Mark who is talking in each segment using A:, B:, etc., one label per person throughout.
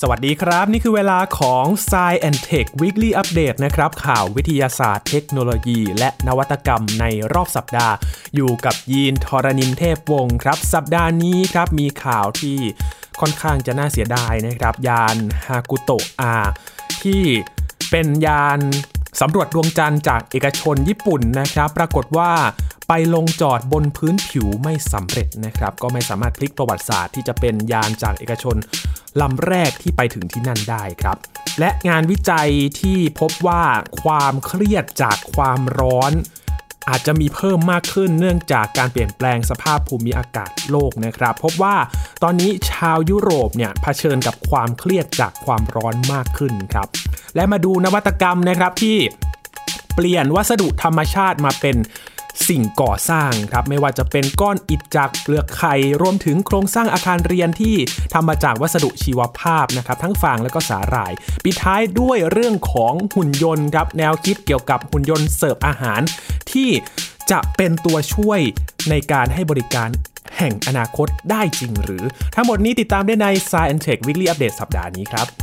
A: สวัสดีครับนี่คือเวลาของ Science and Tech Weekly Update นะครับข่าววิทยาศาสตร์เทคโนโลยีและนวัตกรรมในรอบสัปดาห์อยู่กับยีนทรณินเทพวงศ์ครับสัปดาห์นี้ครับมีข่าวที่ค่อนข้างจะน่าเสียดายนะครับยานฮากุโตะ R ที่เป็นยานสำรวจดวงจันทร์จากเอกชนญี่ปุ่นนะครับปรากฏว่าไปลงจอดบนพื้นผิวไม่สำเร็จนะครับก็ไม่สามารถพลิกประวัติศาสตร์ที่จะเป็นยานจากเอกชนลำแรกที่ไปถึงที่นั่นได้ครับและงานวิจัยที่พบว่าความเครียดจากความร้อนอาจจะมีเพิ่มมากขึ้นเนื่องจากการเปลี่ยนแปลงสภาพภูมิอากาศโลกนะครับพบว่าตอนนี้ชาวยุโรปเนี่ยเผชิญกับความเครียดจากความร้อนมากขึ้นครับและมาดูนวัตกรรมนะครับที่เปลี่ยนวัสดุธรรมชาติมาเป็นสิ่งก่อสร้างครับไม่ว่าจะเป็นก้อนอิฐจากเปลือกไข่รวมถึงโครงสร้างอาคารเรียนที่ทำมาจากวัสดุชีวภาพนะครับทั้งฟางและก็สาหร่ายปิดท้ายด้วยเรื่องของหุ่นยนต์ครับแนวคิดเกี่ยวกับหุ่นยนต์เสิร์ฟอาหารที่จะเป็นตัวช่วยในการให้บริการแห่งอนาคตได้จริงหรือทั้งหมดนี้ติดตามได้ใน Science Tech Weekly Update สัปดาห์นี้ครับ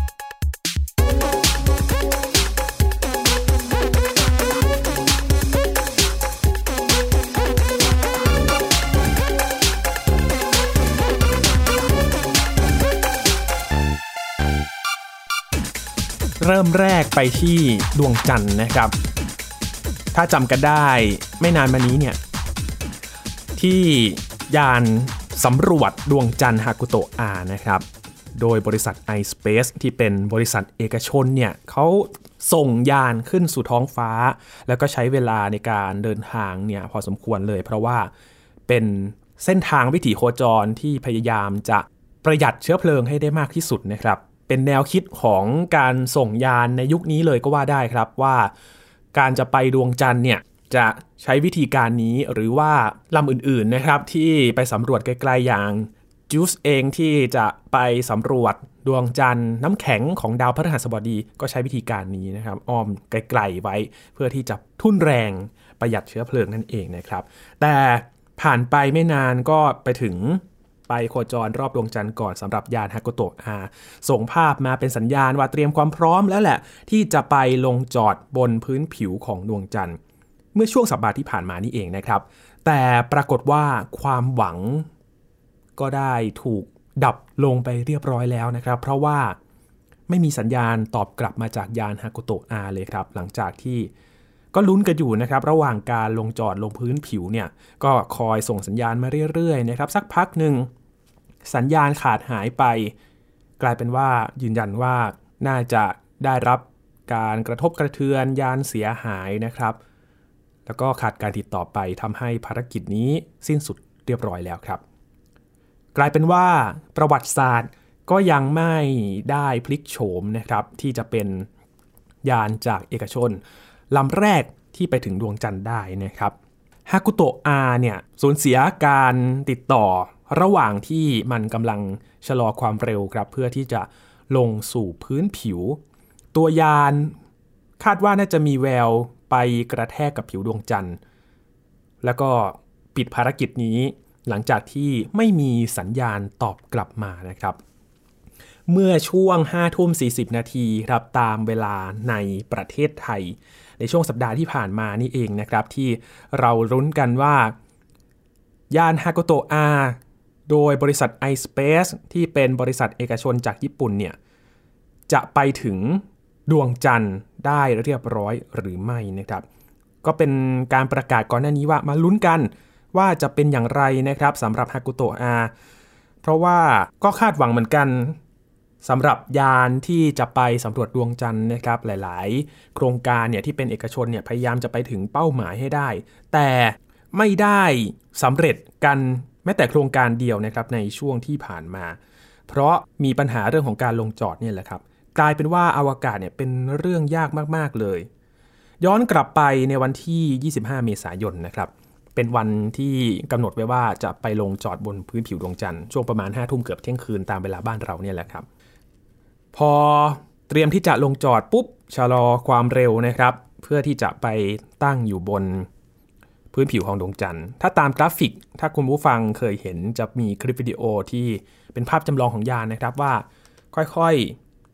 A: เริ่มแรกไปที่ดวงจันทร์นะครับถ้าจำกันได้ไม่นานมานี้เนี่ยที่ยานสำรวจดวงจันทร์ฮากุโตะ R นะครับโดยบริษัท iSpace ที่เป็นบริษัทเอกชนเนี่ยเขาส่งยานขึ้นสู่ท้องฟ้าแล้วก็ใช้เวลาในการเดินทางเนี่ยพอสมควรเลยเพราะว่าเป็นเส้นทางวิถีโคจรที่พยายามจะประหยัดเชื้อเพลิงให้ได้มากที่สุดนะครับเป็นแนวคิดของการส่งยานในยุคนี้เลยก็ว่าได้ครับว่าการจะไปดวงจันทร์เนี่ยจะใช้วิธีการนี้หรือว่าลำอื่นๆนะครับที่ไปสำรวจไกลๆอย่างจูสเองที่จะไปสำรวจดวงจันทร์น้ำแข็งของดาวพฤหัสบดีก็ใช้วิธีการนี้นะครับอ้อมไกลๆไว้เพื่อที่จะทุ่นแรงประหยัดเชื้อเพลิงนั่นเองนะครับแต่ผ่านไปไม่นานก็ไปถึงไปโคจรรอบดวงจันทร์ก่อนสำหรับยานฮากุโตะ R ส่งภาพมาเป็นสัญญาณว่าเตรียมความพร้อมแล้วแหละที่จะไปลงจอดบนพื้นผิวของดวงจันทร์เมื่อช่วงสัปดาห์ที่ผ่านมานี่เองนะครับแต่ปรากฏว่าความหวังก็ได้ถูกดับลงไปเรียบร้อยแล้วนะครับเพราะว่าไม่มีสัญญาณตอบกลับมาจากยานฮากุโตะ R เลยครับหลังจากที่ก็ลุ้นกันอยู่นะครับระหว่างการลงจอดลงพื้นผิวเนี่ยก็คอยส่งสัญญาณมาเรื่อยๆนะครับสักพักหนึ่งสัญญาณขาดหายไปกลายเป็นว่ายืนยันว่าน่าจะได้รับการกระทบกระเทือนยานเสียหายนะครับแล้วก็ขาดการติดต่อไปทำให้ภารกิจนี้สิ้นสุดเรียบร้อยแล้วครับกลายเป็นว่าประวัติศาสตร์ก็ยังไม่ได้พลิกโฉมนะครับที่จะเป็นยานจากเอกชนลำแรกที่ไปถึงดวงจันทร์ได้นะครับฮากุโตะ R เนี่ยสูญเสียการติดต่อระหว่างที่มันกำลังชะลอความเร็วครับเพื่อที่จะลงสู่พื้นผิวตัวยานคาดว่าน่าจะมีแววไปกระแทกกับผิวดวงจันทร์แล้วก็ปิดภารกิจนี้หลังจากที่ไม่มีสัญญาณตอบกลับมานะครับเมื่อช่วง 5:40 นาทีครับตามเวลาในประเทศไทยในช่วงสัปดาห์ที่ผ่านมานี่เองนะครับที่เราลุ้นกันว่ายานฮากุโตะ R โดยบริษัท iSpace ที่เป็นบริษัทเอกชนจากญี่ปุ่นเนี่ยจะไปถึงดวงจันทร์ได้เรียบร้อยหรือไม่นะครับก็เป็นการประกาศก่อนหน้านี้ว่ามาลุ้นกันว่าจะเป็นอย่างไรนะครับสำหรับฮากุโตะ R เพราะว่าก็คาดหวังเหมือนกันสำหรับยานที่จะไปสำรวจดวงจันทร์นะครับหลายๆโครงการเนี่ยที่เป็นเอกชนเนี่ยพยายามจะไปถึงเป้าหมายให้ได้แต่ไม่ได้สำเร็จกันแม้แต่โครงการเดียวนะครับในช่วงที่ผ่านมาเพราะมีปัญหาเรื่องของการลงจอดเนี่ยแหละครับกลายเป็นว่าอวกาศเนี่ยเป็นเรื่องยากมากๆเลยย้อนกลับไปในวันที่25เมษายนนะครับเป็นวันที่กำหนดไว้ว่าจะไปลงจอดบนพื้นผิวดวงจันทร์ช่วงประมาณ 5 ทุ่มเกือบเที่ยงคืนตามเวลาบ้านเราเนี่ยแหละครับพอเตรียมที่จะลงจอดปุ๊บชะลอความเร็วนะครับเพื่อที่จะไปตั้งอยู่บนพื้นผิวของดวงจันทร์ถ้าตามกราฟิกถ้าคุณผู้ฟังเคยเห็นจะมีคลิปวิดีโอที่เป็นภาพจำลองของยานนะครับว่าค่อย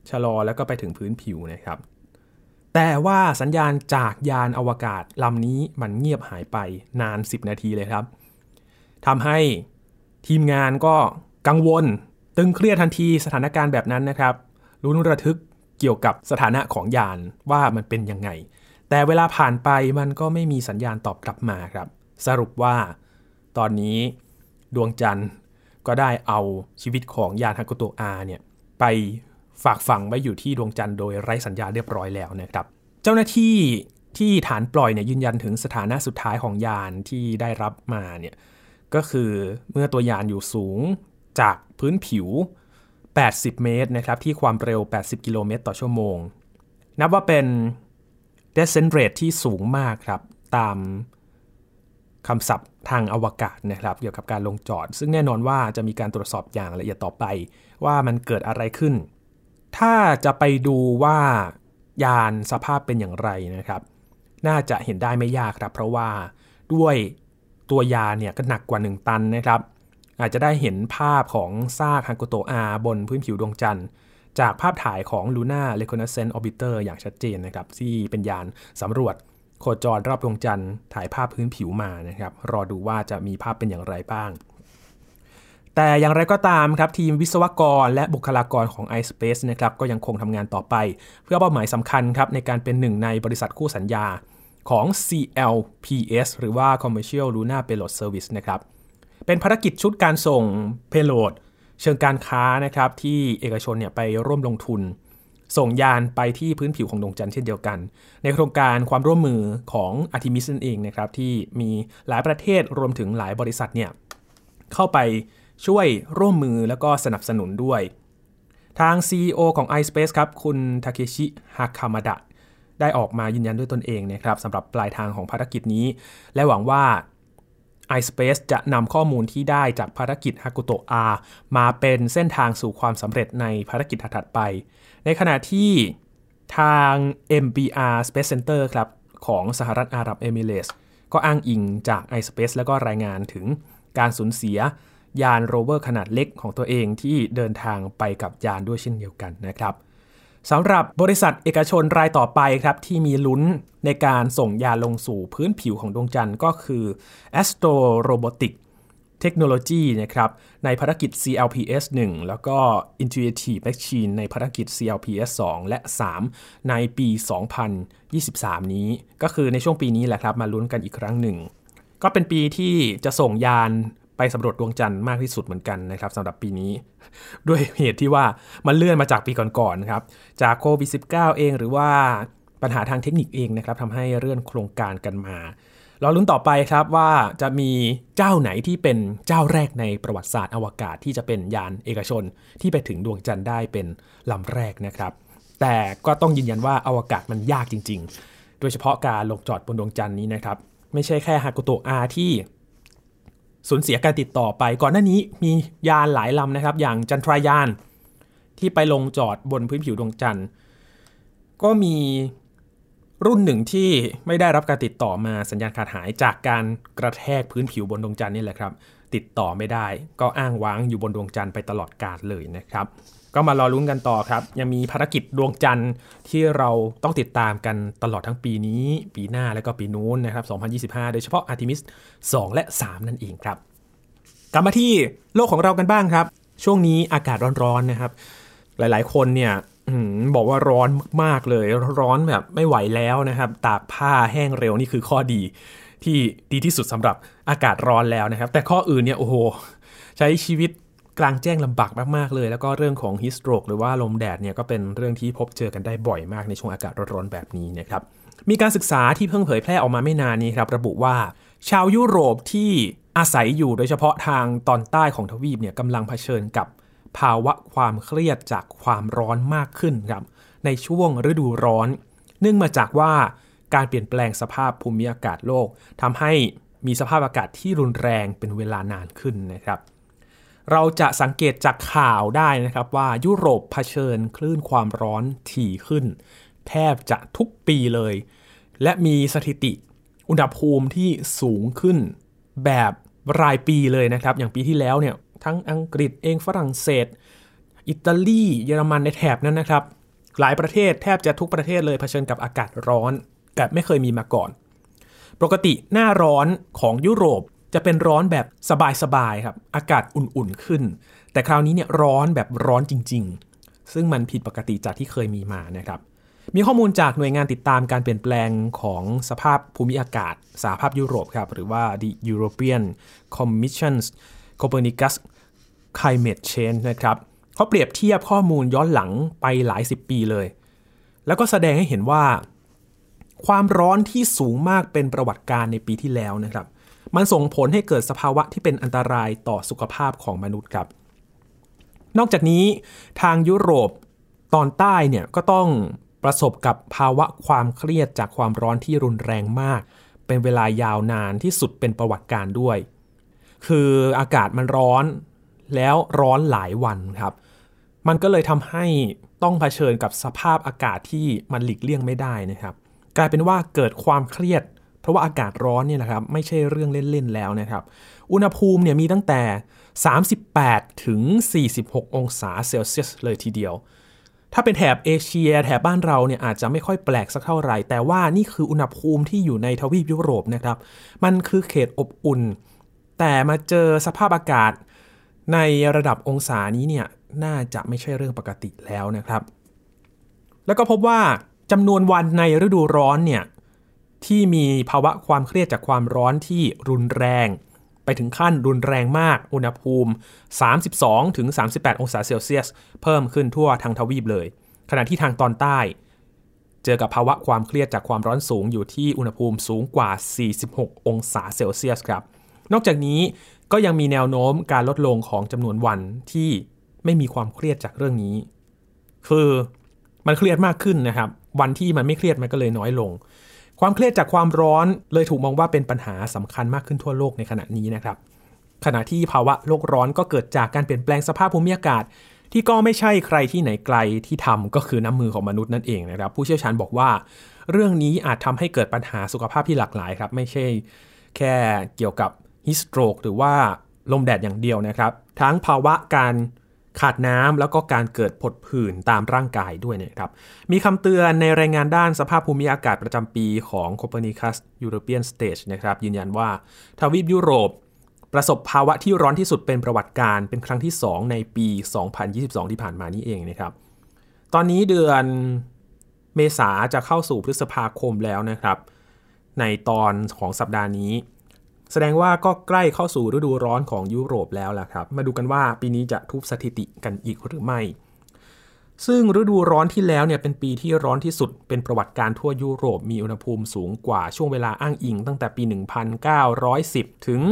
A: ชะลอแล้วก็ไปถึงพื้นผิวนะครับแต่ว่าสัญญาณจากยานอวกาศลำนี้มันเงียบหายไปนาน10นาทีเลยครับทำให้ทีมงานก็กังวลตึงเครียดทันทีสถานการณ์แบบนั้นนะครับลุ้นระทึกเกี่ยวกับสถานะของยานว่ามันเป็นยังไงแต่เวลาผ่านไปมันก็ไม่มีสัญญาณตอบกลับมาครับสรุปว่าตอนนี้ดวงจันทร์ก็ได้เอาชีวิตของยานฮากุโตะ R เนี่ยไปฝากฝังไว้อยู่ที่ดวงจันทร์โดยไร้สัญญาณเรียบร้อยแล้วนะครับเจ้าหน้าที่ที่ฐานปล่อยเนี่ยยืนยันถึงสถานะสุดท้ายของยานที่ได้รับมาเนี่ยก็คือเมื่อตัวยานอยู่สูงจากพื้นผิว80เมตรนะครับที่ความเร็ว80กิโลเมตรต่อชั่วโมงนับว่าเป็น descent rate ที่สูงมากครับตามคำศัพท์ทางอวกาศนะครับเกี่ยวกับการลงจอดซึ่งแน่นอนว่าจะมีการตรวจสอบอย่างละเอียดต่อไปว่ามันเกิดอะไรขึ้นถ้าจะไปดูว่ายานสภาพเป็นอย่างไรนะครับน่าจะเห็นได้ไม่ยากครับเพราะว่าด้วยตัวยานเนี่ยก็หนักกว่า1ตันนะครับอาจจะได้เห็นภาพของซากฮากุโตะ R บนพื้นผิวดวงจันทร์จากภาพถ่ายของ Lunar Reconnaissance Orbiter อย่างชัดเจนนะครับที่เป็นยานสำรวจโคจรรอบดวงจันทร์ถ่ายภาพพื้นผิวมานะครับรอดูว่าจะมีภาพเป็นอย่างไรบ้างแต่อย่างไรก็ตามครับทีมวิศวกรและบุคลากรของ iSpace นะครับก็ยังคงทำงานต่อไปเพื่อเป้าหมายสำคัญครับในการเป็นหนึ่งในบริษัทคู่สัญญาของ CLPS หรือว่า Commercial Lunar Payload Service นะครับเป็นภารกิจชุดการส่ง payload เชิงการค้านะครับที่เอกชนเนี่ยไปร่วมลงทุนส่งยานไปที่พื้นผิวของดวงจันทร์เช่นเดียวกันในโครงการความร่วมมือของ Artemis นั่นเองนะครับที่มีหลายประเทศรวมถึงหลายบริษัทเนี่ยเข้าไปช่วยร่วมมือแล้วก็สนับสนุนด้วยทาง CEO ของ iSpace ครับคุณทาเคชิฮาคามาดะได้ออกมายืนยันด้วยตนเองนะครับสำหรับปลายทางของภารกิจนี้และหวังว่า iSpace จะนำข้อมูลที่ได้จากภารกิจฮากุโตะ R มาเป็นเส้นทางสู่ความสำเร็จในภารกิจถัดไปในขณะที่ทาง MBR Space Center ครับของสหรัฐอาหรับเอมิเรตส์ก็อ้างอิงจาก iSpace แล้วก็รายงานถึงการสูญเสียยานโรเวอร์ขนาดเล็กของตัวเองที่เดินทางไปกับยานด้วยเช่นเดียวกันนะครับสำหรับบริษัทเอกชนรายต่อไปครับที่มีลุ้นในการส่งยานลงสู่พื้นผิวของดวงจันทร์ก็คือ Astro Robotics Technology นะครับในภารกิจ CLPS 1 แล้วก็ Intuitive Machine ในภารกิจ CLPS 2 และ 3 ในปี 2023 นี้ก็คือในช่วงปีนี้แหละครับมาลุ้นกันอีกครั้งหนึ่งก็เป็นปีที่จะส่งยานไปสำรวจดวงจันทร์มากที่สุดเหมือนกันนะครับสำหรับปีนี้ด้วยเหตุที่ว่ามันเลื่อนมาจากปีก่อนๆครับจากโควิด -19 เองหรือว่าปัญหาทางเทคนิคเองนะครับทำให้เลื่อนโครงการกันมารอลุ้นต่อไปครับว่าจะมีเจ้าไหนที่เป็นเจ้าแรกในประวัติศาสตร์อวกาศที่จะเป็นยานเอกชนที่ไปถึงดวงจันทร์ได้เป็นลำแรกนะครับแต่ก็ต้องยืนยันว่าอวกาศมันยากจริงๆโดยเฉพาะการลงจอดบนดวงจันทร์นี้นะครับไม่ใช่แค่ฮากุโตะ R ที่สูญเสียการติดต่อไปก่อนหน้านี้มียานหลายลำนะครับอย่างจันทรายานที่ไปลงจอดบนพื้นผิวดวงจันทร์ก็มีรุ่นหนึ่งที่ไม่ได้รับการติดต่อมาสัญญาณขาดหายจากการกระแทกพื้นผิวบนดวงจันทร์นี่แหละครับติดต่อไม่ได้ก็อ้างว้างอยู่บนดวงจันทร์ไปตลอดกาลเลยนะครับก็มารอลุ้นกันต่อครับยังมีภารกิจดวงจันทร์ที่เราต้องติดตามกันตลอดทั้งปีนี้ปีหน้าและก็ปีนู้นนะครับ2025โดยเฉพาะ Artemis 2 และ 3 นั่นเองครับกลับมาที่โลกของเรากันบ้างครับช่วงนี้อากาศร้อนๆนะครับหลายๆคนเนี่ยบอกว่าร้อนมากๆเลยร้อนแบบไม่ไหวแล้วนะครับตากผ้าแห้งเร็วนี่คือข้อดีที่ดีที่สุดสำหรับอากาศร้อนแล้วนะครับแต่ข้ออื่นเนี่ยโอ้โหใช้ชีวิตกลางแจ้งลำบากมากๆเลยแล้วก็เรื่องของ heat stroke หรือว่าลมแดดเนี่ยก็เป็นเรื่องที่พบเจอกันได้บ่อยมากในช่วงอากาศร้อนๆแบบนี้นะครับมีการศึกษาที่เพิ่งเผยแพร่ออกมาไม่นานนี้ครับระบุว่าชาวยุโรปที่อาศัยอยู่โดยเฉพาะทางตอนใต้ของทวีปเนี่ยกำลังเผชิญกับภาวะความเครียดจากความร้อนมากขึ้นครับในช่วงฤดูร้อนเนื่องมาจากว่าการเปลี่ยนแปลงสภาพภูมิอากาศโลกทำให้มีสภาพอากาศที่รุนแรงเป็นเวลานานขึ้นนะครับเราจะสังเกตจากข่าวได้นะครับว่ายุโรปเผชิญคลื่นความร้อนถี่ขึ้นแทบจะทุกปีเลยและมีสถิติอุณหภูมิที่สูงขึ้นแบบรายปีเลยนะครับอย่างปีที่แล้วเนี่ยทั้งอังกฤษเองฝรั่งเศสอิตาลีเยอรมันในแถบนั้นนะครับหลายประเทศแทบจะทุกประเทศเลยเผชิญกับอากาศร้อนแบบไม่เคยมีมาก่อนปกติหน้าร้อนของยุโรปจะเป็นร้อนแบบสบายๆครับอากาศอุ่นๆขึ้นแต่คราวนี้เนี่ยร้อนแบบร้อนจริงๆซึ่งมันผิดปกติจากที่เคยมีมานะครับมีข้อมูลจากหน่วยงานติดตามการเปลี่ยนแปลงของสภาพภูมิอากาศสหภาพยุโรปครับหรือว่า The European Commission's Copernicus Climate Change นะครับเขาเปรียบเทียบข้อมูลย้อนหลังไปหลายสิบปีเลยแล้วก็แสดงให้เห็นว่าความร้อนที่สูงมากเป็นประวัติการณ์ในปีที่แล้วนะครับมันส่งผลให้เกิดสภาวะที่เป็นอันตรายต่อสุขภาพของมนุษย์ครับนอกจากนี้ทางยุโรปตอนใต้เนี่ยก็ต้องประสบกับภาวะความเครียดจากความร้อนที่รุนแรงมากเป็นเวลายาวนานที่สุดเป็นประวัติการณ์ด้วยคืออากาศมันร้อนแล้วร้อนหลายวันครับมันก็เลยทำให้ต้องเผชิญกับสภาพอากาศที่มันหลีกเลี่ยงไม่ได้นะครับกลายเป็นว่าเกิดความเครียดเพราะว่าอากาศร้อนเนี่ยนะครับไม่ใช่เรื่องเล่นๆแล้วนะครับอุณหภูมิเนี่ยมีตั้งแต่38ถึง46องศาเซลเซียสเลยทีเดียวถ้าเป็นแถบเอเชียแถบบ้านเราเนี่ยอาจจะไม่ค่อยแปลกสักเท่าไหร่แต่ว่านี่คืออุณหภูมิที่อยู่ในทวีปยุโรปนะครับมันคือเขตอบอุ่นแต่มาเจอสภาพอากาศในระดับองศานี้เนี่ยน่าจะไม่ใช่เรื่องปกติแล้วนะครับแล้วก็พบว่าจำนวนวันในฤดูร้อนเนี่ยที่มีภาวะความเครียดจากความร้อนที่รุนแรงไปถึงขั้นรุนแรงมากอุณหภูมิ32ถึง38องศาเซลเซียสเพิ่มขึ้นทั่วทั้งทวีปเลยขณะที่ทางตอนใต้เจอกับภาวะความเครียดจากความร้อนสูงอยู่ที่อุณหภูมิสูงกว่า46องศาเซลเซียสครับนอกจากนี้ก็ยังมีแนวโน้มการลดลงของจำนวนวันที่ไม่มีความเครียดจากเรื่องนี้คือมันเครียดมากขึ้นนะครับวันที่มันไม่เครียดมันก็เลยน้อยลงความเครียดจากความร้อนเลยถูกมองว่าเป็นปัญหาสำคัญมากขึ้นทั่วโลกในขณะนี้นะครับขณะที่ภาวะโลกร้อนก็เกิดจากการเปลี่ยนแปลงสภาพภูมิอากาศที่ก็ไม่ใช่ใครที่ไหนไกลที่ทำก็คือน้ำมือของมนุษย์นั่นเองนะครับผู้เชี่ยวชาญบอกว่าเรื่องนี้อาจทำให้เกิดปัญหาสุขภาพที่หลากหลายครับไม่ใช่แค่เกี่ยวกับฮีทสโตรกหรือว่าลมแดดอย่างเดียวนะครับทั้งภาวะการขาดน้ำแล้วก็การเกิดผดผื่นตามร่างกายด้วยนะครับมีคำเตือนในรายงานด้านสภาพภูมิอากาศประจำปีของ Copernicus European Stage นะครับยืนยันว่าทวีปยุโรปประสบภาวะที่ร้อนที่สุดเป็นประวัติการณ์เป็นครั้งที่2ในปี 2022 ที่ผ่านมานี้เองนะครับตอนนี้เดือนเมษาจะเข้าสู่พฤษภาคมแล้วนะครับในตอนของสัปดาห์นี้แสดงว่าก็ใกล้เข้าสู่ฤดูร้อนของยุโรปแล้วล่ะครับมาดูกันว่าปีนี้จะทุบสถิติกันอีกหรือไม่ซึ่งฤดูร้อนที่แล้วเนี่ยเป็นปีที่ร้อนที่สุดเป็นประวัติการทั่วยุโรปมีอุณหภูมิสูงกว่าช่วงเวลาอ้างอิงตั้งแต่ปี 1910 ถึง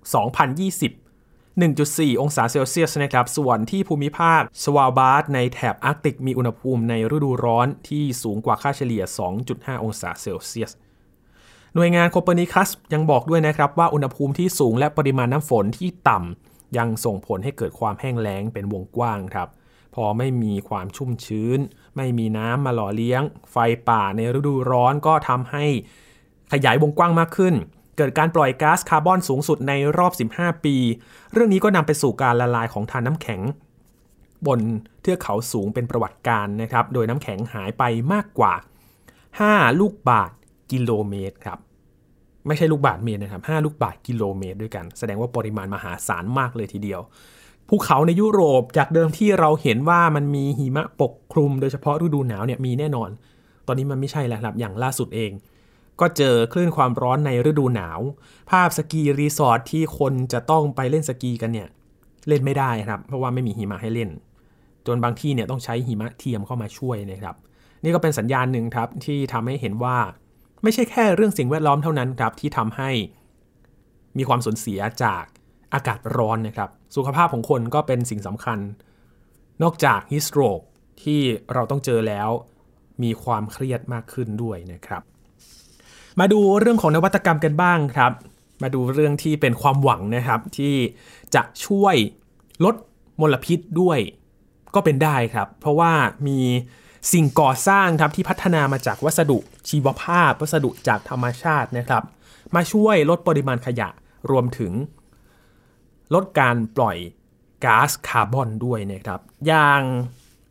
A: 2020 1.4 องศาเซลเซียสนะครับส่วนที่ภูมิภาคสวาลบาร์ดในแถบอาร์กติกมีอุณหภูมิในฤดูร้อนที่สูงกว่าค่าเฉลี่ย 2.5 องศาเซลเซียสหน่วยงานโคเปอร์นิคัสยังบอกด้วยนะครับว่าอุณหภูมิที่สูงและปริมาณน้ำฝนที่ต่ำยังส่งผลให้เกิดความแห้งแล้งเป็นวงกว้างครับพอไม่มีความชุ่มชื้นไม่มีน้ำมาหล่อเลี้ยงไฟป่าในฤดูร้อนก็ทำให้ขยายวงกว้างมากขึ้นเกิดการปล่อยก๊าซคาร์บอนสูงสุดในรอบ15ปีเรื่องนี้ก็นำไปสู่การละลายของธารน้ำแข็งบนเทือกเขาสูงเป็นประวัติการณ์นะครับโดยน้ำแข็งหายไปมากกว่า5ลูกบาศก์กิโลเมตรครับไม่ใช่ลูกบาศก์เมตรนะครับ5ลูกบาศก์กิโลเมตรด้วยกันแสดงว่าปริมาณมหาศาลมากเลยทีเดียวภูเขาในยุโรปจากเดิมที่เราเห็นว่ามันมีหิมะปกคลุมโดยเฉพาะฤดูหนาวเนี่ยมีแน่นอนตอนนี้มันไม่ใช่แล้วครับอย่างล่าสุดเองก็เจอคลื่นความร้อนในฤดูหนาวภาพสกีรีสอร์ทที่คนจะต้องไปเล่นสกีกันเนี่ยเล่นไม่ได้ครับเพราะว่าไม่มีหิมะให้เล่นจนบางที่เนี่ยต้องใช้หิมะเทียมเข้ามาช่วยนะครับนี่ก็เป็นสัญญาณหนึ่งครับที่ทำให้เห็นว่าไม่ใช่แค่เรื่องสิ่งแวดล้อมเท่านั้นครับที่ทำให้มีความสูญเสียจากอากาศร้อนนะครับสุขภาพของคนก็เป็นสิ่งสำคัญนอกจากฮีทสโตรกที่เราต้องเจอแล้วมีความเครียดมากขึ้นด้วยนะครับมาดูเรื่องของนวัตกรรมกันบ้างครับมาดูเรื่องที่เป็นความหวังนะครับที่จะช่วยลดมลพิษด้วยก็เป็นได้ครับเพราะว่ามีสิ่งก่อสร้างครับที่พัฒนามาจากวัสดุชีวภาพวัสดุจากธรรมชาตินะครับมาช่วยลดปริมาณขยะรวมถึงลดการปล่อยก๊าซคาร์บอนด้วยนะครับอย่าง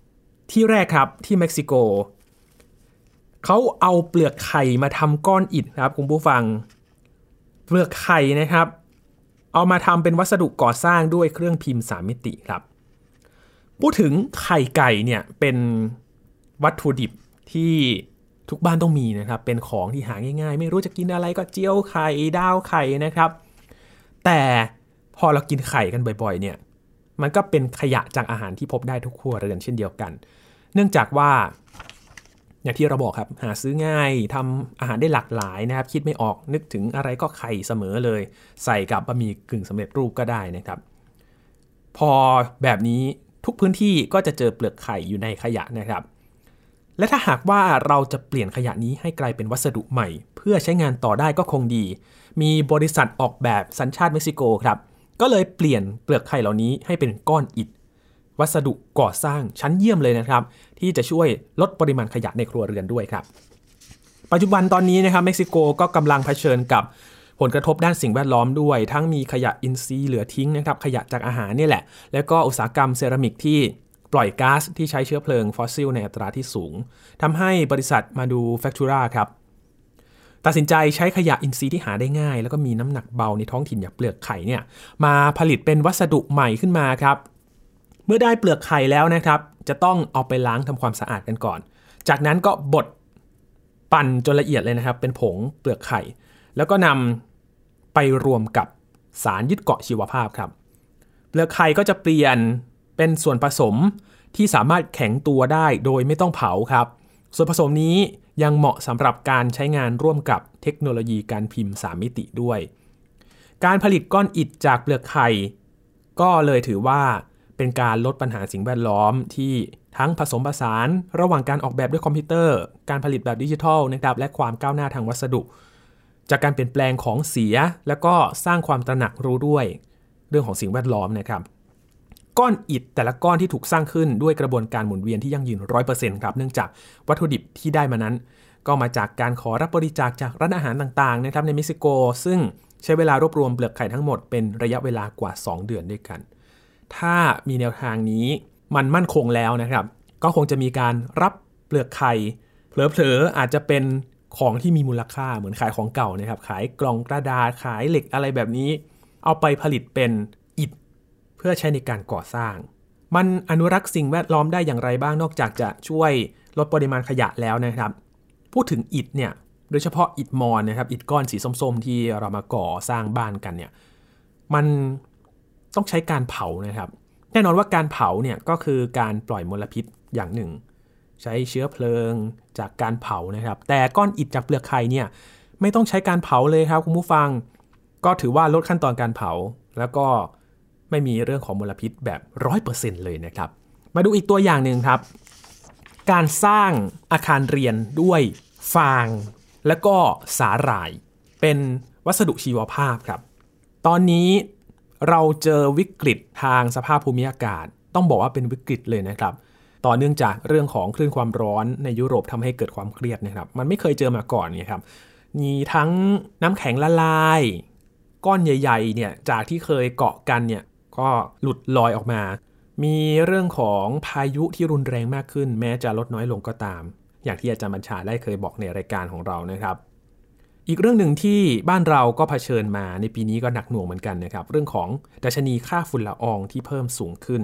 A: ที่แรกครับที่เม็กซิโกเขาเอาเปลือกไข่มาทำก้อนอิฐครับคุณผู้ฟังเปลือกไข่นะครับเอามาทำเป็นวัสดุก่อสร้างด้วยเครื่องพิมพ์3มิติครับพูดถึงไข่ไก่เนี่ยเป็นวัตถุดิบที่ทุกบ้านต้องมีนะครับเป็นของที่หาง่ายๆไม่รู้จะกินอะไรก็เจียวไข่ดาวไข่นะครับแต่พอเรากินไข่กันบ่อยๆเนี่ยมันก็เป็นขยะจากอาหารที่พบได้ทุกครัวเรือนเช่นเดียวกันเนื่องจากว่าอย่างที่เราบอกครับหาซื้อง่ายทำอาหารได้หลากหลายนะครับคิดไม่ออกนึกถึงอะไรก็ไข่เสมอเลยใส่กับบะหมี่กึ่งสำเร็จรูปก็ได้นะครับพอแบบนี้ทุกพื้นที่ก็จะเจอเปลือกไข่อยู่ในขยะนะครับและถ้าหากว่าเราจะเปลี่ยนขยะนี้ให้กลายเป็นวัสดุใหม่เพื่อใช้งานต่อได้ก็คงดีมีบริษัทออกแบบสัญชาติเม็กซิโกครับก็เลยเปลี่ยนเปลือกไข่เหล่านี้ให้เป็นก้อนอิฐวัสดุก่อสร้างชั้นเยี่ยมเลยนะครับที่จะช่วยลดปริมาณขยะในครัวเรือนด้วยครับปัจจุบันตอนนี้นะครับเม็กซิโกก็กำลังเผชิญกับผลกระทบด้านสิ่งแวดล้อมด้วยทั้งมีขยะอินทรีย์เหลือทิ้งนะครับขยะจากอาหารนี่แหละแล้วก็อุตสาหกรรมเซรามิกที่ปล่อยก๊าซที่ใช้เชื้อเพลิงฟอสซิลในอัตราที่สูงทำให้บริษัทมาดูแฟคทูราครับตัดสินใจใช้ขยะอินทรีย์ที่หาได้ง่ายแล้วก็มีน้ำหนักเบาในท้องถิ่นอย่างเปลือกไข่เนี่ยมาผลิตเป็นวัสดุใหม่ขึ้นมาครับเมื่อได้เปลือกไข่แล้วนะครับจะต้องเอาไปล้างทำความสะอาดกันก่อนจากนั้นก็บดปั่นจนละเอียดเลยนะครับเป็นผงเปลือกไข่แล้วก็นำไปรวมกับสารยึดเกาะชีวภาพครับเปลือกไข่ก็จะเปลี่ยนเป็นส่วนผสมที่สามารถแข็งตัวได้โดยไม่ต้องเผาครับส่วนผสมนี้ยังเหมาะสำหรับการใช้งานร่วมกับเทคโนโลยีการพิมพ์3มิติด้วยการผลิตก้อนอิฐจากเปลือกไข่ก็เลยถือว่าเป็นการลดปัญหาสิ่งแวดล้อมที่ทั้งผสมผสานระหว่างการออกแบบด้วยคอมพิวเตอร์การผลิตแบบดิจิทัลนะครับและความก้าวหน้าทางวัสดุจากการเปลี่ยนแปลงของเสียแล้วก็สร้างความตระหนักรู้ด้วยเรื่องของสิ่งแวดล้อมนะครับก้อนอิฐแต่ละก้อนที่ถูกสร้างขึ้นด้วยกระบวนการหมุนเวียนที่ยั่งยืน 100% ครับเนื่องจากวัตถุดิบที่ได้มานั้นก็มาจากการขอรับบริจาคจากร้านอาหารต่างๆนะครับในเม็กซิโกซึ่งใช้เวลารวบรวมเปลือกไข่ทั้งหมดเป็นระยะเวลากว่า2 เดือนด้วยกันถ้ามีแนวทางนี้มันมั่นคงแล้วนะครับก็คงจะมีการรับเปลือกไข่เผลอๆอาจจะเป็นของที่มีมูลค่าเหมือนขายของเก่านะครับขายกล่องกระดาษขายเหล็กอะไรแบบนี้เอาไปผลิตเป็นอิฐเพื่อใช้ในการก่อสร้างมันอนุรักษ์สิ่งแวดล้อมได้อย่างไรบ้างนอกจากจะช่วยลดปริมาณขยะแล้วนะครับพูดถึงอิฐเนี่ยโดยเฉพาะอิฐมอนนะครับอิฐก้อนสีส้มๆที่เรามาก่อสร้างบ้านกันเนี่ยมันต้องใช้การเผานะครับแน่นอนว่าการเผาเนี่ยก็คือการปล่อยมลพิษอย่างหนึ่งใช้เชื้อเพลิงจากการเผานะครับแต่ก้อนอิฐจากเปลือกไข่เนี่ยไม่ต้องใช้การเผาเลยครับคุณผู้ฟังก็ถือว่าลดขั้นตอนการเผาแล้วก็ไม่มีเรื่องของมลพิษแบบ 100% เลยนะครับมาดูอีกตัวอย่างหนึ่งครับการสร้างอาคารเรียนด้วยฟางและก็สาหร่ายเป็นวัสดุชีวภาพครับตอนนี้เราเจอวิกฤตทางสภาพภูมิอากาศต้องบอกว่าเป็นวิกฤตเลยนะครับต่อเนื่องจากเรื่องของคลื่นความร้อนในยุโรปทำให้เกิดความเครียดนะครับมันไม่เคยเจอมาก่อนเนี่ยครับมีทั้งน้ำแข็งละลายก้อนใหญ่ๆเนี่ยจากที่เคยเกาะกันเนี่ยก็หลุดลอยออกมามีเรื่องของพายุที่รุนแรงมากขึ้นแม้จะลดน้อยลงก็ตามอย่างที่อาจารย์บัญชาได้เคยบอกในรายการของเรานะครับอีกเรื่องหนึ่งที่บ้านเราก็เผชิญมาในปีนี้ก็หนักหน่วงเหมือนกันนะครับเรื่องของดัชนีค่าฝุ่นละอองที่เพิ่มสูงขึ้น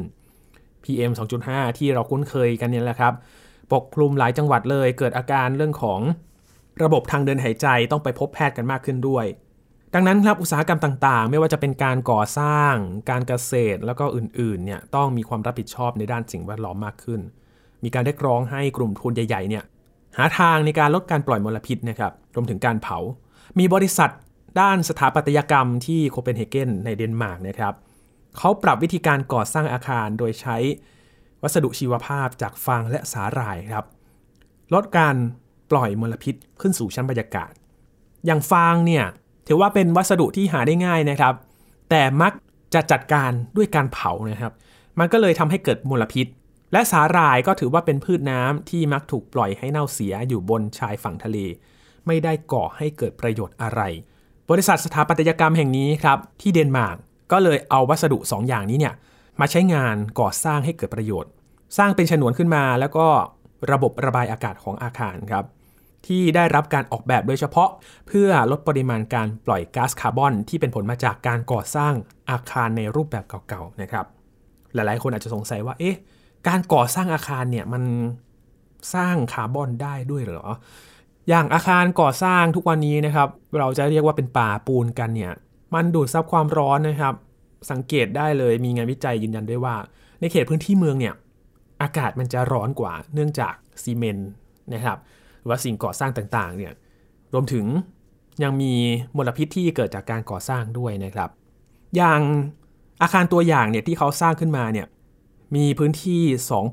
A: PM 2.5 ที่เราคุ้นเคยกันเนี่ยแหละครับปกคลุมหลายจังหวัดเลยเกิดอาการเรื่องของระบบทางเดินหายใจต้องไปพบแพทย์กันมากขึ้นด้วยดังนั้นครับอุตสาหกรรมต่างๆไม่ว่าจะเป็นการก่อสร้างการเกษตรแล้วก็อื่นๆเนี่ยต้องมีความรับผิดชอบในด้านสิ่งแวดล้อมมากขึ้นมีการเรียกร้องให้กลุ่มทุนใหญ่ๆเนี่ยหาทางในการลดการปล่อยมลพิษนะครับรวมถึงการเผามีบริษัทด้านสถาปัตยกรรมที่โคเปนเฮเกนในเดนมาร์กนะครับเขาปรับวิธีการก่อสร้างอาคารโดยใช้วัสดุชีวภาพจากฟางและสาหร่ายครับลดการปล่อยมลพิษขึ้นสู่ชั้นบรรยากาศอย่างฟางเนี่ยถือว่าเป็นวัสดุที่หาได้ง่ายนะครับแต่มักจะจัดการด้วยการเผานะครับมันก็เลยทำให้เกิดมลพิษและสาหร่ายก็ถือว่าเป็นพืชน้ำที่มักถูกปล่อยให้เน่าเสียอยู่บนชายฝั่งทะเลไม่ได้ก่อให้เกิดประโยชน์อะไรบริษัทสถาปัตยกรรมแห่งนี้ครับที่เดนมาร์กก็เลยเอาวัสดุ2 อย่างนี้เนี่ยมาใช้งานก่อสร้างให้เกิดประโยชน์สร้างเป็นฉนวนขึ้นมาแล้วก็ระบบระบายอากาศของอาคารครับที่ได้รับการออกแบบโดยเฉพาะเพื่อลดปริมาณการปล่อยก๊าซคาร์บอนที่เป็นผลมาจากการก่อสร้างอาคารในรูปแบบเก่าๆนะครับหลายๆคนอาจจะสงสัยว่าการก่อสร้างอาคารเนี่ยมันสร้างคาร์บอนได้ด้วยเหรออย่างอาคารก่อสร้างทุกวันนี้นะครับเราจะเรียกว่าเป็นป่าปูนกันเนี่ยมันดูดซับความร้อนนะครับสังเกตได้เลยมีงานวิจัยยืนยันด้วยว่าในเขตพื้นที่เมืองเนี่ยอากาศมันจะร้อนกว่าเนื่องจากซีเมนต์นะครับหรือว่าสิ่งก่อสร้างต่างๆเนี่ยรวมถึงยังมีมลพิษที่เกิดจากการก่อสร้างด้วยนะครับอย่างอาคารตัวอย่างเนี่ยที่เขาสร้างขึ้นมาเนี่ยมีพื้นที่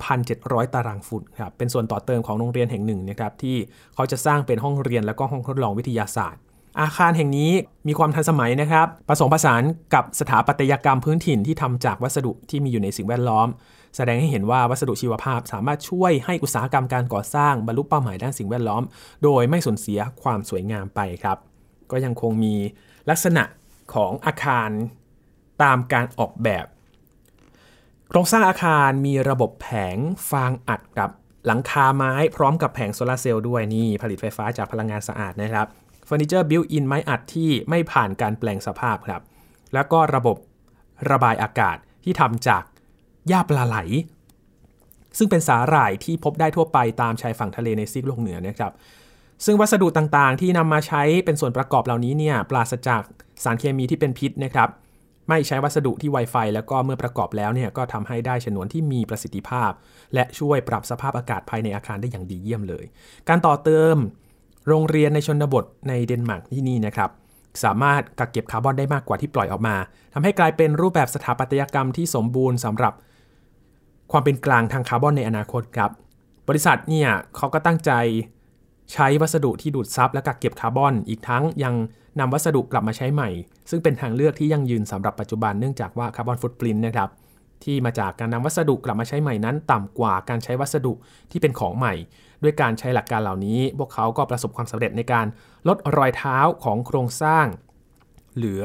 A: 2,700 ตารางฟุตครับเป็นส่วนต่อเติมของโรงเรียนแห่งหนึ่งนะครับที่เขาจะสร้างเป็นห้องเรียนและก็ห้องทดลองวิทยาศาสตร์อาคารแห่งนี้มีความทันสมัยนะครับผสมผสานกับสถาปัตยกรรมพื้นถิ่นที่ทำจากวัสดุที่มีอยู่ในสิ่งแวดล้อมแสดงให้เห็นว่าวัสดุชีวภาพสามารถช่วยให้อุตสาหกรรมการก่อสร้างบรรลุเป้าหมายด้านสิ่งแวดล้อมโดยไม่สูญเสียความสวยงามไปครับก็ยังคงมีลักษณะของอาคารตามการออกแบบโครงสร้างอาคารมีระบบแผงฟางอัดกับหลังคาไม้พร้อมกับแผงโซลาร์เซลล์ด้วยนี่ผลิตไฟฟ้าจากพลังงานสะอาดนะครับเฟอร์นิเจอร์บิลต์อินไม้อัดที่ไม่ผ่านการแปลงสภาพครับแล้วก็ระบบระบายอากาศที่ทำจากหญ้าปลาไหลซึ่งเป็นสาหร่ายที่พบได้ทั่วไปตามชายฝั่งทะเลในซีกโลกเหนือนะครับซึ่งวัสดุต่างๆที่นำมาใช้เป็นส่วนประกอบเหล่านี้เนี่ยปราศจากสารเคมีที่เป็นพิษนะครับไม่ใช้วัสดุที่ไวไฟแล้วก็เมื่อประกอบแล้วเนี่ยก็ทำให้ได้ฉนวนที่มีประสิทธิภาพและช่วยปรับสภาพอากาศภายในอาคารได้อย่างดีเยี่ยมเลยการต่อเติมโรงเรียนในชนบทในเดนมาร์กที่นี่นะครับสามารถกักเก็บคาร์บอนได้มากกว่าที่ปล่อยออกมาทำให้กลายเป็นรูปแบบสถาปัตยกรรมที่สมบูรณ์สำหรับความเป็นกลางทางคาร์บอนในอนาคตครับบริษัทเนี่ยเขาก็ตั้งใจใช้วัสดุที่ดูดซับและกักเก็บคาร์บอนอีกทั้งยังนำวัสดุกลับมาใช้ใหม่ซึ่งเป็นทางเลือกที่ยั่งยืนสำหรับปัจจุบันเนื่องจากว่าคาร์บอนฟุตพริ้นท์นะครับที่มาจากการนำวัสดุกลับมาใช้ใหม่นั้นต่ำกว่าการใช้วัสดุที่เป็นของใหม่ด้วยการใช้หลักการเหล่านี้พวกเขาก็ประสบความสำเร็จในการลดรอยเท้าของโครงสร้างเหลือ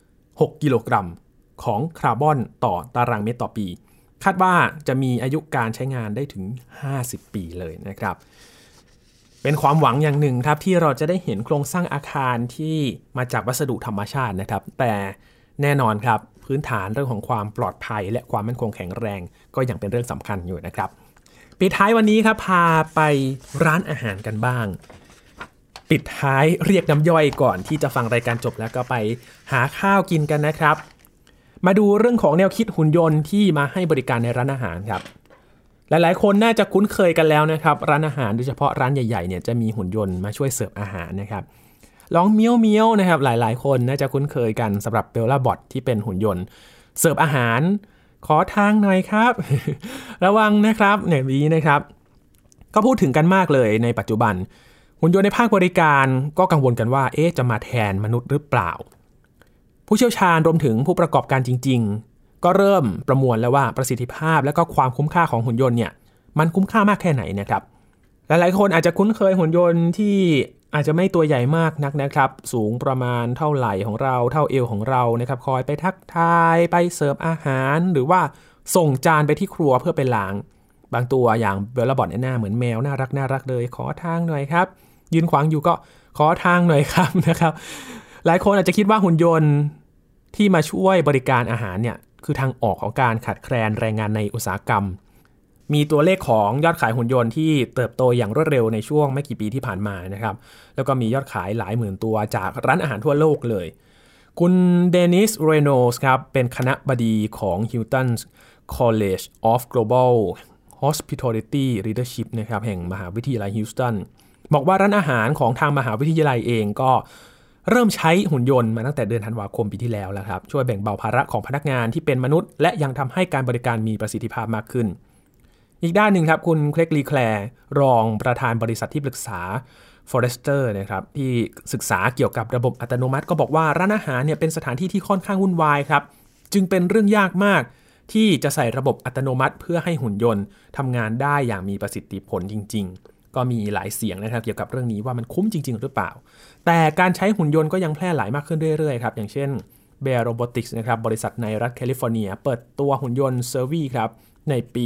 A: 6กิโลกรัมของคาร์บอนต่อตารางเมตรต่อปีคาดว่าจะมีอายุการใช้งานได้ถึง50ปีเลยนะครับเป็นความหวังอย่างหนึ่งครับที่เราจะได้เห็นโครงสร้างอาคารที่มาจากวัสดุธรรมชาตินะครับแต่แน่นอนครับพื้นฐานเรื่องของความปลอดภัยและความมั่นคงแข็งแรงก็ยังเป็นเรื่องสำคัญอยู่นะครับปิดท้ายวันนี้ครับพาไปร้านอาหารกันบ้างปิดท้ายเรียกน้ำย่อยก่อนที่จะฟังรายการจบแล้วก็ไปหาข้าวกินกันนะครับมาดูเรื่องของแนวคิดหุ่นยนต์ที่มาให้บริการในร้านอาหารครับหลายๆคนน่าจะคุ้นเคยกันแล้วนะครับร้านอาหารโดยเฉพาะร้านใหญ่ๆเนี่ยจะมีหุ่นยนต์มาช่วยเสิร์ฟอาหารนะครับร้องเมี้ยวเมี้ยวนะครับหลายๆคนน่าจะคุ้นเคยกันสำหรับเบลล่าบอทที่เป็นหุ่นยนต์เสิร์ฟอาหารขอทางหน่อยครับ ระวังนะครับเนี่ยนี้นะครับก็พูดถึงกันมากเลยในปัจจุบันหุ่นยนต์ในภาคบริการก็กังวลกันว่าจะมาแทนมนุษย์หรือเปล่าผู้เชี่ยวชาญรวมถึงผู้ประกอบการจริงๆก็เริ่มประมวลแล้วว่าประสิทธิภาพและก็ความคุ้มค่าของหุ่นยนต์เนี่ยมันคุ้มค่ามากแค่ไหนนะครับหลายๆคนอาจจะคุ้นเคยหุ่นยนต์ที่อาจจะไม่ตัวใหญ่มากนักนะครับสูงประมาณเท่าไหล่ของเราเท่าเอวของเรานะครับคอยไปทักทายไปเสิร์ฟอาหารหรือว่าส่งจานไปที่ครัวเพื่อไปล้างบางตัวอย่างเบลล่าบอทหน้าเหมือนแมวน่ารักเลยขอทางหน่อยครับยืนขวางอยู่ก็ขอทางหน่อยครับนะครับหลายคนอาจจะคิดว่าหุ่นยนต์ที่มาช่วยบริการอาหารเนี่ยคือทางออกของการขาดแคลนแรงงานในอุตสาหกรรมมีตัวเลขของยอดขายหุ่นยนต์ที่เติบโตอย่างรวดเร็วในช่วงไม่กี่ปีที่ผ่านมานะครับแล้วก็มียอดขายหลายหมื่นตัวจากร้านอาหารทั่วโลกเลยคุณเดนิสเรโนสครับเป็นคณบดีของ Hilton College of Global Hospitality Leadership นะครับแห่งมหาวิทยาลัยฮิลตันบอกว่าร้านอาหารของทางมหาวิทยาลัยเองก็เริ่มใช้หุ่นยนต์มาตั้งแต่เดือนธันวาคมปีที่แล้วครับช่วยแบ่งเบาภาระของพนักงานที่เป็นมนุษย์และยังทำให้การบริการมีประสิทธิภาพมากขึ้นอีกด้านหนึ่งครับคุณเครกลีแคลร์รองประธานบริษัทที่ปรึกษา Forrester นะครับที่ศึกษาเกี่ยวกับระบบอัตโนมัติก็บอกว่าร้านอาหารเนี่ยเป็นสถานที่ที่ค่อนข้างวุ่นวายครับจึงเป็นเรื่องยากมากที่จะใส่ระบบอัตโนมัติเพื่อให้หุ่นยนต์ทำงานได้อย่างมีประสิทธิผลจริงๆก็มีหลายเสียงนะครับเกี่ยวกับเรื่องนี้ว่ามันคุ้มจริงๆหรือเปล่าแต่การใช้หุ่นยนต์ก็ยังแพร่หลายมากขึ้นเรื่อยๆครับอย่างเช่น Bear Robotics นะครับบริษัทในรัฐแคลิฟอร์เนียเปิดตัวหุ่นยนต์ Survey ครับในปี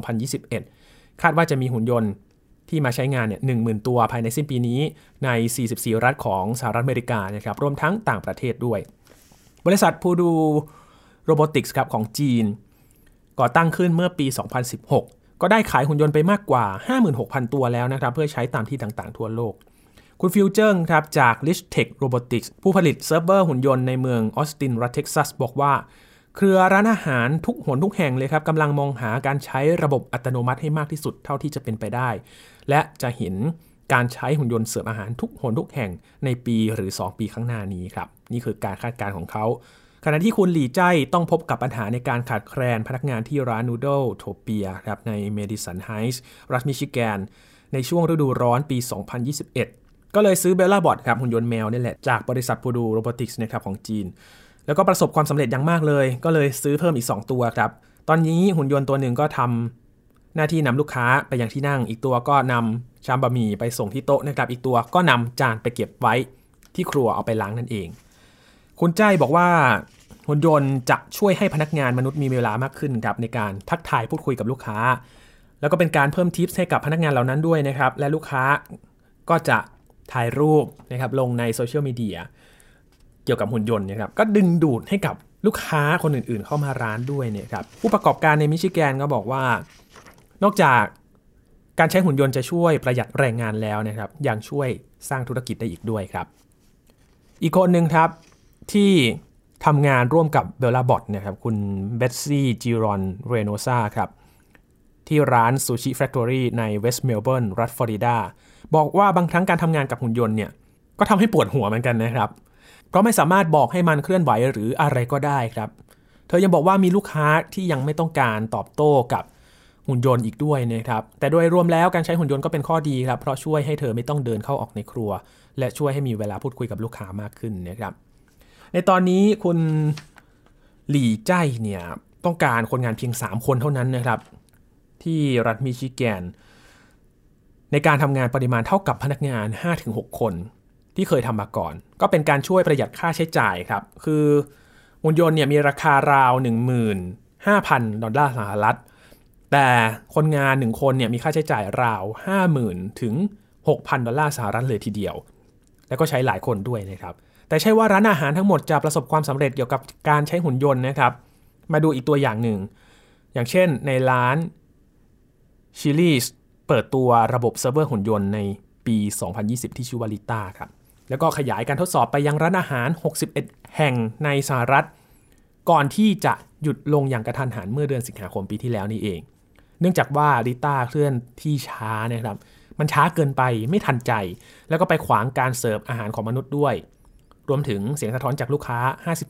A: 2021 คาดว่าจะมีหุ่นยนต์ที่มาใช้งานเนี่ย 10,000 ตัวภายในสิ้นปีนี้ใน 44 รัฐของสหรัฐอเมริกานะครับรวมทั้งต่างประเทศด้วยบริษัท Purdue Robotics ครับของจีนก่อตั้งขึ้นเมื่อปี 2016 ก็ได้ขายหุ่นยนต์ไปมากกว่า 56,000 ตัวแล้วนะครับเพื่อใช้ตามที่ต่างๆทั่วโลกคุณฟิวเจิ้งครับจาก Lichtech Robotics ผู้ผลิตเซิร์ฟเวอร์หุ่นยนต์ในเมืองออสตินรัฐเท็กซัสบอกว่าเครือร้านอาหารทุกหนทุกแห่งเลยครับกำลังมองหาการใช้ระบบอัตโนมัติให้มากที่สุดเท่าที่จะเป็นไปได้และจะเห็นการใช้หุ่นยนต์เสิร์ฟอาหารทุกหนทุกแห่งในปีหรือ2ปีข้างหน้านี้ครับนี่คือการคาดการณ์ของเขาขณะที่คุณหลี่ใจต้องพบกับปัญหาในการขาดแคลนพนักงานที่ร้าน Noodletopia ครับใน Madison Heights รัฐมิชิแกนในช่วงฤดูร้อนปี 2021 ก็เลยซื้อ Bellabot ครับหุ่นยนต์แมวนี่แหละจากบริษัท Purdue Robotics นะครับของจีนแล้วก็ประสบความสำเร็จอย่างมากเลยก็เลยซื้อเพิ่มอีก2ตัวครับตอนนี้หุ่นยนต์ตัวหนึ่งก็ทำหน้าที่นำลูกค้าไปยังที่นั่งอีกตัวก็นำชามบะหมี่ไปส่งที่โต๊ะนะครับอีกตัวก็นำจานไปเก็บไว้ที่ครัวเอาไปล้างนั่นเองคุณใจบอกว่าหุ่นยนต์จะช่วยให้พนักงานมนุษย์มีเวลามากขึ้นครับในการทักทายพูดคุยกับลูกค้าแล้วก็เป็นการเพิ่มทิปให้กับพนักงานเหล่านั้นด้วยนะครับและลูกค้าก็จะถ่ายรูปนะครับลงในโซเชียลมีเดียเกี่ยวกับหุ่นยนต์นะครับก็ดึงดูดให้กับลูกค้าคนอื่นๆเข้ามาร้านด้วยเนี่ยครับผู้ประกอบการในมิชิแกนก็บอกว่านอกจากการใช้หุ่นยนต์จะช่วยประหยัดแรงงานแล้วนะครับยังช่วยสร้างธุรกิจได้อีกด้วยครับอีกคนหนึ่งครับที่ทำงานร่วมกับ Bellabot นะครับคุณเบสซี่จิรอนเรโนซาครับที่ร้านซูชิแฟคทอรี่ในเวสต์เมลเบิร์นรัฐฟลอริดาบอกว่าบางครั้งการทำงานกับหุ่นยนต์เนี่ยก็ทำให้ปวดหัวเหมือนกันนะครับเพราะไม่สามารถบอกให้มันเคลื่อนไหวหรืออะไรก็ได้ครับเธอยังบอกว่ามีลูกค้าที่ยังไม่ต้องการตอบโต้กับหุ่นยนต์อีกด้วยนะครับแต่โดยรวมแล้วการใช้หุ่นยนต์ก็เป็นข้อดีครับเพราะช่วยให้เธอไม่ต้องเดินเข้าออกในครัวและช่วยให้มีเวลาพูดคุยกับลูกค้ามากขึ้นนะครับในตอนนี้คุณหลี่ใจเนี่ยต้องการคนงานเพียง3คนเท่านั้นนะครับที่รัฐมิชิแกนในการทำงานปริมาณเท่ากับพนักงาน 5-6 คนที่เคยทำมาก่อนก็เป็นการช่วยประหยัดค่าใช้จ่ายครับคือหุ่นยนต์เนี่ยมีราคาราว 15,000 ดอลลาร์สหรัฐแต่คนงาน1คนเนี่ยมีค่าใช้จ่ายราว 50,000 ถึง 6,000 ดอลลาร์สหรัฐเลยทีเดียวแล้วก็ใช้หลายคนด้วยนะครับแต่ใช่ว่าร้านอาหารทั้งหมดจะประสบความสำเร็จเกี่ยวกับการใช้หุ่นยนต์นะครับมาดูอีกตัวอย่างหนึ่งอย่างเช่นในร้าน Chili's เปิดตัวระบบเซิร์ฟเวอร์หุ่นยนต์ในปี 2020 ที่ชื่อว่า Lita ครับแล้วก็ขยายการทดสอบไปยังร้านอาหาร 61 แห่งในสหรัฐก่อนที่จะหยุดลงอย่างกระทันหันเมื่อเดือนสิงหาคมปีที่แล้วนี่เองเนื่องจากว่า Lita เคลื่อนที่ช้านะครับมันช้าเกินไปไม่ทันใจแล้วก็ไปขวางการเสิร์ฟอาหารของมนุษย์ด้วยรวมถึงเสียงสะท้อนจากลูกค้า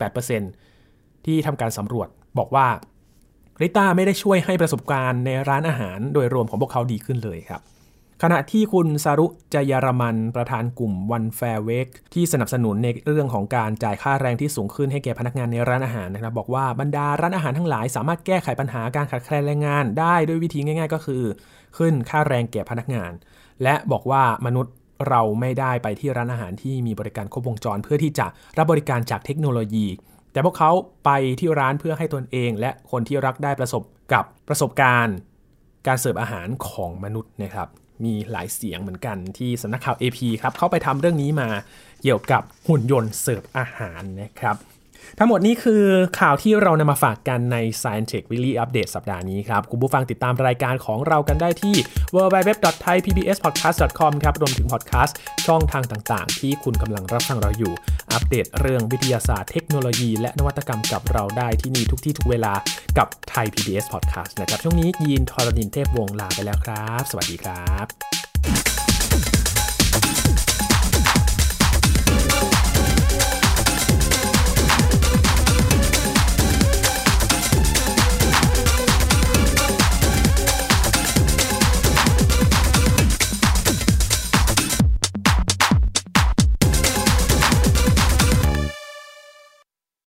A: 58% ที่ทำการสำรวจบอกว่าริต้าไม่ได้ช่วยให้ประสบการณ์ในร้านอาหารโดยรวมของพวกเขาดีขึ้นเลยครับขณะที่คุณซารุจยารมันประธานกลุ่ม One Fair Wage ที่สนับสนุนในเรื่องของการจ่ายค่าแรงที่สูงขึ้นให้แก่พนักงานในร้านอาหารนะครับบอกว่าบรรดาร้านอาหารทั้งหลายสามารถแก้ไขปัญหาการขาดแคลนแรงงานได้ด้วยวิธีง่ายๆก็คือขึ้นค่าแรงแก่พนักงานและบอกว่ามนุษย์เราไม่ได้ไปที่ร้านอาหารที่มีบริการครบวงจรเพื่อที่จะรับบริการจากเทคโนโลยีแต่พวกเขาไปที่ร้านเพื่อให้ตนเองและคนที่รักได้ประสบกับประสบการณ์การเสิร์ฟอาหารของมนุษย์นะครับมีหลายเสียงเหมือนกันที่สำนักข่าว AP ครับเขาไปทำเรื่องนี้มาเกี่ยวกับหุ่นยนต์เสิร์ฟอาหารนะครับทั้งหมดนี้คือข่าวที่เรานำมาฝากกันใน Science Tech Weekly Update สัปดาห์นี้ครับคุณผู้ฟังติดตามรายการของเรากันได้ที่ www.thaipbspodcast.com ครับรวมถึงพอดแคสต์ช่องทางต่างๆที่คุณกำลังรับฟังเราอยู่อัปเดตเรื่องวิทยาศาสตร์เทคโนโลยีและนวัตกรรมกับเราได้ที่นี่ทุกที่ทุกเวลากับ Thai PBS Podcast นะครับช่วงนี้ยีนทรณินเทพวงศ์ลาไปแล้วครับสวัสดีครับ